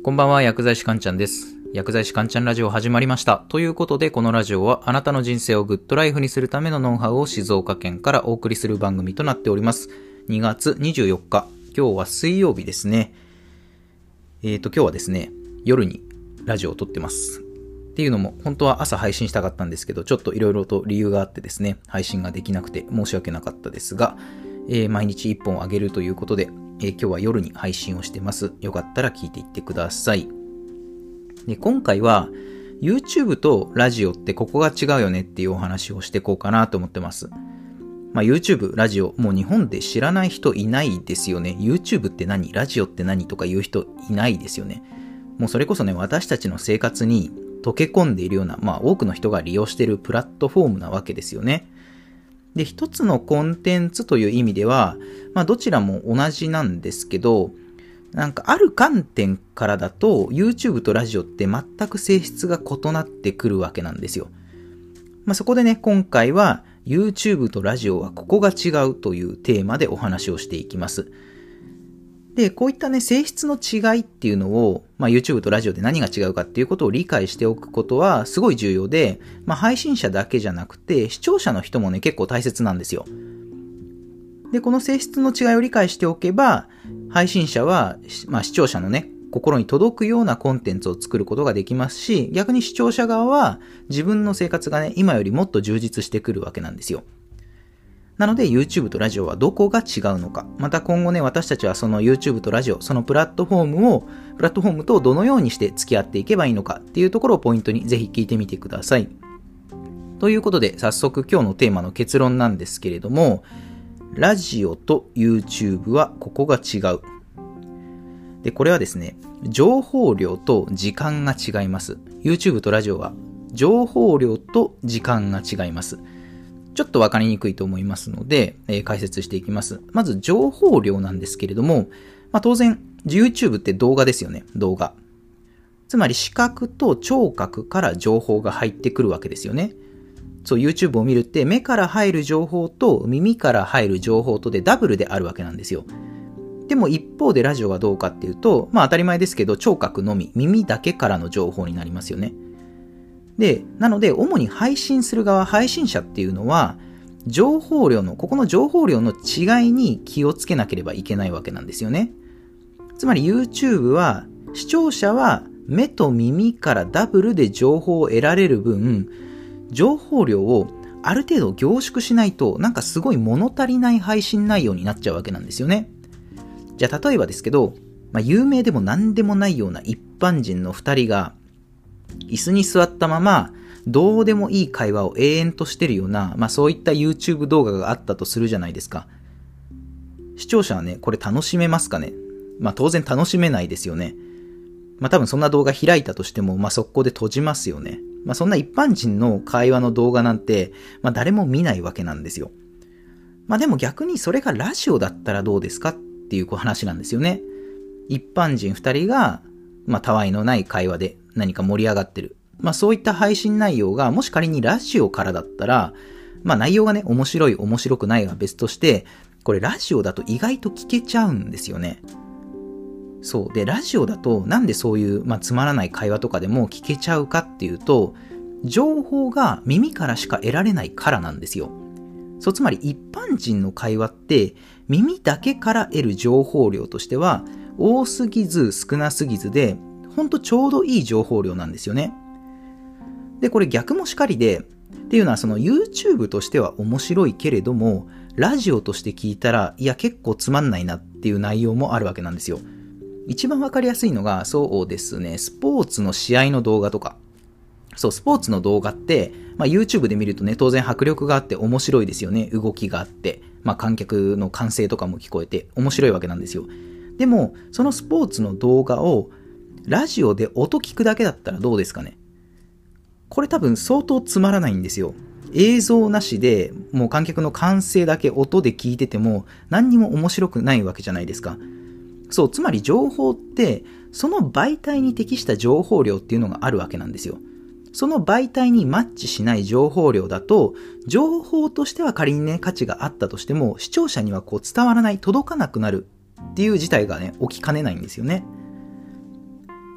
こんばんは、薬剤師かんちゃんです。薬剤師かんちゃんラジオ始まりました。ということで、このラジオはあなたの人生をグッドライフにするためのノウハウを静岡県からお送りする番組となっております。2月24日、今日は水曜日ですね。今日はですね、夜にラジオを撮ってます。っていうのも、本当は朝配信したかったんですけど、ちょっといろいろと理由があってですね、配信ができなくて申し訳なかったですが、毎日1本あげるということで、今日は夜に配信をしてます。よかったら聞いていってください。で、今回は YouTube とラジオってここが違うよねっていうお話をしていこうかなと思ってます。YouTube、ラジオ、もう日本で知らない人いないですよね。YouTube って何？ラジオって何？とか言う人いないですよね。もうそれこそね、私たちの生活に溶け込んでいるような、多くの人が利用しているプラットフォームなわけですよね。で、一つのコンテンツという意味では、どちらも同じなんですけど、ある観点からだと YouTube とラジオって全く性質が異なってくるわけなんですよ。そこでね、今回は YouTube とラジオはここが違うというテーマでお話をしていきます。で、こういったね、性質の違いっていうのを、YouTube とラジオで何が違うかっていうことを理解しておくことはすごい重要で、配信者だけじゃなくて、視聴者の人もね、結構大切なんですよ。で、この性質の違いを理解しておけば、配信者は、視聴者のね、心に届くようなコンテンツを作ることができますし、逆に視聴者側は自分の生活がね、今よりもっと充実してくるわけなんですよ。なので YouTube とラジオはどこが違うのか、また今後ね、私たちはその YouTube とラジオ、そのプラットフォームとどのようにして付き合っていけばいいのかっていうところをポイントにぜひ聞いてみてください。ということで早速今日のテーマの結論なんですけれども、ラジオと YouTube はここが違う。で、これはですね、情報量と時間が違います。YouTube とラジオは情報量と時間が違います。ちょっとわかりにくいと思いますので、解説していきます。まず情報量なんですけれども、当然 YouTube って動画ですよね、動画。つまり視覚と聴覚から情報が入ってくるわけですよね。そう、YouTube を見るって目から入る情報と耳から入る情報とでダブルであるわけなんですよ。でも一方でラジオはどうかっていうと、当たり前ですけど聴覚のみ、耳だけからの情報になりますよね。で、なので主に配信する側、配信者っていうのはここの情報量の違いに気をつけなければいけないわけなんですよね。つまり YouTube は視聴者は目と耳からダブルで情報を得られる分、情報量をある程度凝縮しないとすごい物足りない配信内容になっちゃうわけなんですよね。じゃあ例えばですけど、有名でも何でもないような一般人の2人が椅子に座ったままどうでもいい会話を永遠としてるような、そういった YouTube 動画があったとするじゃないですか。視聴者はね、これ楽しめますかね？当然楽しめないですよね。多分そんな動画開いたとしても、速攻で閉じますよね。そんな一般人の会話の動画なんて、誰も見ないわけなんですよ。でも逆にそれがラジオだったらどうですかっていう話なんですよね。一般人二人が、たわいのない会話で何か盛り上がってる。そういった配信内容がもし仮にラジオからだったら、内容がね、面白い面白くないは別として、これラジオだと意外と聞けちゃうんですよね。そうで、ラジオだとなんでそういう、つまらない会話とかでも聞けちゃうかっていうと、情報が耳からしか得られないからなんですよ。そう、つまり一般人の会話って耳だけから得る情報量としては多すぎず少なすぎずで、ほんとちょうどいい情報量なんですよね。で、これ逆もしかりで、っていうのはその YouTube としては面白いけれども、ラジオとして聞いたら、いや結構つまんないなっていう内容もあるわけなんですよ。一番わかりやすいのが、そうですね、スポーツの試合の動画とか。そう、スポーツの動画って、YouTube で見るとね、当然迫力があって面白いですよね。動きがあって、観客の歓声とかも聞こえて面白いわけなんですよ。でも、そのスポーツの動画をラジオで音聞くだけだったらどうですかね。これ多分相当つまらないんですよ。映像なしで、もう観客の歓声だけ音で聞いてても何にも面白くないわけじゃないですか。そう、つまり情報ってその媒体に適した情報量っていうのがあるわけなんですよ。その媒体にマッチしない情報量だと、情報としては仮にね、価値があったとしても視聴者には伝わらない、届かなくなるっていう事態がね、起きかねないんですよね。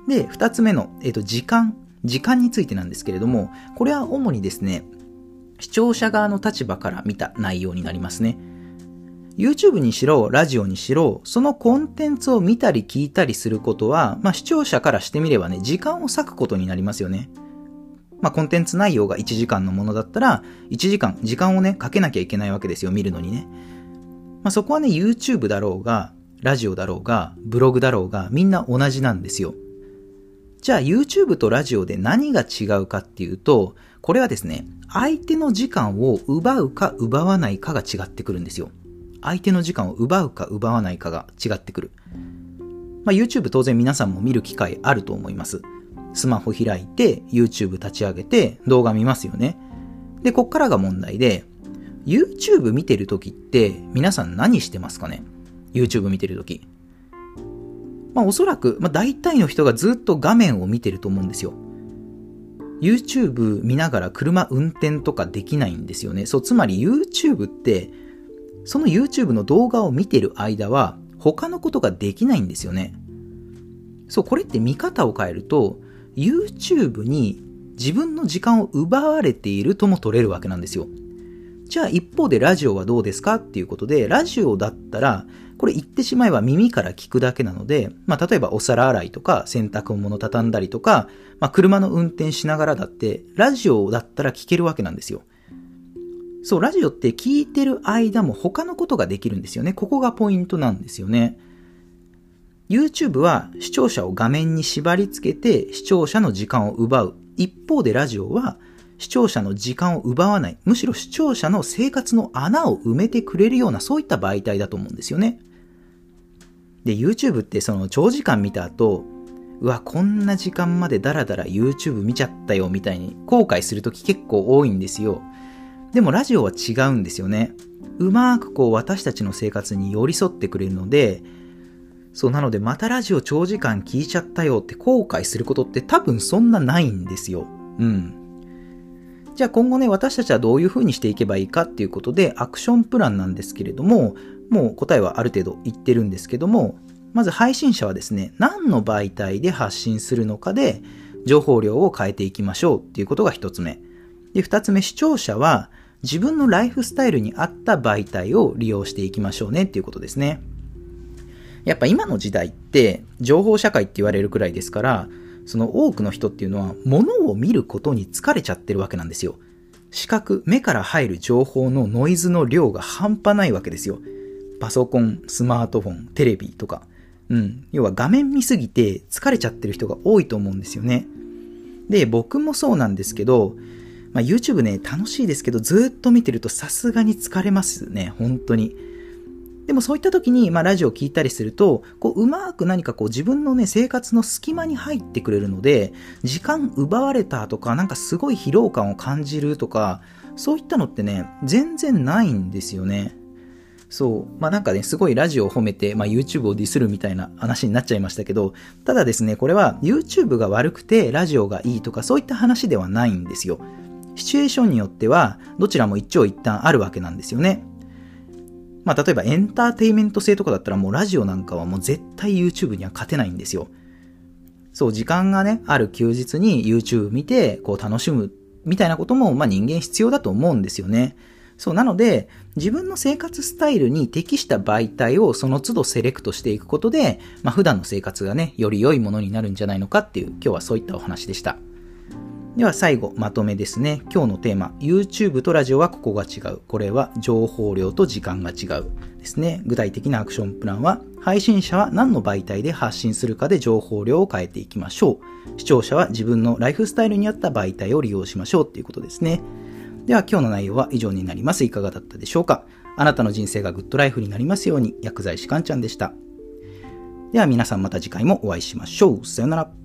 で、2つ目の、時間についてなんですけれども、これは主にですね、視聴者側の立場から見た内容になりますね。YouTube にしろ、ラジオにしろ、そのコンテンツを見たり聞いたりすることは、視聴者からしてみればね、時間を割くことになりますよね。コンテンツ内容が1時間のものだったら、1時間、時間をね、かけなきゃいけないわけですよ、見るのにね。そこはね、YouTube だろうが、ラジオだろうが、ブログだろうが、みんな同じなんですよ。じゃあ YouTube とラジオで何が違うかっていうと、これはですね、相手の時間を奪うか奪わないかが違ってくるんですよ。相手の時間を奪うか奪わないかが違ってくる。YouTube 当然皆さんも見る機会あると思います。スマホ開いて YouTube 立ち上げて動画見ますよね。で、こっからが問題で、YouTube 見てるときって皆さん何してますかね？ YouTube 見てるとき。おそらく、大体の人がずっと画面を見てると思うんですよ。YouTube 見ながら車運転とかできないんですよね。そう、つまり YouTube って、その YouTube の動画を見てる間は、他のことができないんですよね。そう、これって見方を変えると、YouTube に自分の時間を奪われているとも取れるわけなんですよ。じゃあ一方でラジオはどうですかっていうことで、ラジオだったら、これ言ってしまえば耳から聞くだけなので、例えばお皿洗いとか洗濯物畳んだりとか、車の運転しながらだって、ラジオだったら聞けるわけなんですよ。そう、ラジオって聞いてる間も他のことができるんですよね。ここがポイントなんですよね。YouTube は視聴者を画面に縛り付けて視聴者の時間を奪う。一方でラジオは視聴者の時間を奪わない。むしろ視聴者の生活の穴を埋めてくれるようなそういった媒体だと思うんですよね。で、YouTube ってその長時間見た後、うわ、こんな時間までダラダラ YouTube 見ちゃったよみたいに後悔するとき結構多いんですよ。でもラジオは違うんですよね。うまく私たちの生活に寄り添ってくれるので、そうなのでまたラジオ長時間聞いちゃったよって後悔することって多分そんなないんですよ。じゃあ今後ね、私たちはどういう風にしていけばいいかっていうことでアクションプランなんですけれども、もう答えはある程度言ってるんですけども、まず配信者はですね、何の媒体で発信するのかで情報量を変えていきましょうっていうことが一つ目。で、二つ目、視聴者は自分のライフスタイルに合った媒体を利用していきましょうねっていうことですね。やっぱ今の時代って情報社会って言われるくらいですから、その多くの人っていうのは物を見ることに疲れちゃってるわけなんですよ。視覚、目から入る情報のノイズの量が半端ないわけですよ。パソコン、スマートフォン、テレビとか。要は画面見すぎて疲れちゃってる人が多いと思うんですよね。で、僕もそうなんですけど、YouTube ね、楽しいですけど、ずっと見てるとさすがに疲れますね、本当に。でもそういった時に、ラジオを聞いたりすると、うまく何か自分のね、生活の隙間に入ってくれるので、時間奪われたとか、なんかすごい疲労感を感じるとか、そういったのってね、全然ないんですよね。そう。なんかね、すごいラジオを褒めて、YouTube をディスるみたいな話になっちゃいましたけど、ただですね、これは YouTube が悪くてラジオがいいとか、そういった話ではないんですよ。シチュエーションによっては、どちらも一長一短あるわけなんですよね。例えばエンターテイメント性とかだったらもうラジオなんかはもう絶対 YouTube には勝てないんですよ。そう、時間がね、ある休日に YouTube 見て、楽しむみたいなことも、人間必要だと思うんですよね。そう、なので、自分の生活スタイルに適した媒体をその都度セレクトしていくことで、普段の生活がね、より良いものになるんじゃないのかっていう、今日はそういったお話でした。では最後、まとめですね。今日のテーマ、YouTube とラジオはここが違う。これは情報量と時間が違うですね。具体的なアクションプランは、配信者は何の媒体で発信するかで情報量を変えていきましょう。視聴者は自分のライフスタイルに合った媒体を利用しましょうっていうことですね。では今日の内容は以上になります。いかがだったでしょうか。あなたの人生がグッドライフになりますように、薬剤師かんちゃんでした。では皆さんまた次回もお会いしましょう。さよなら。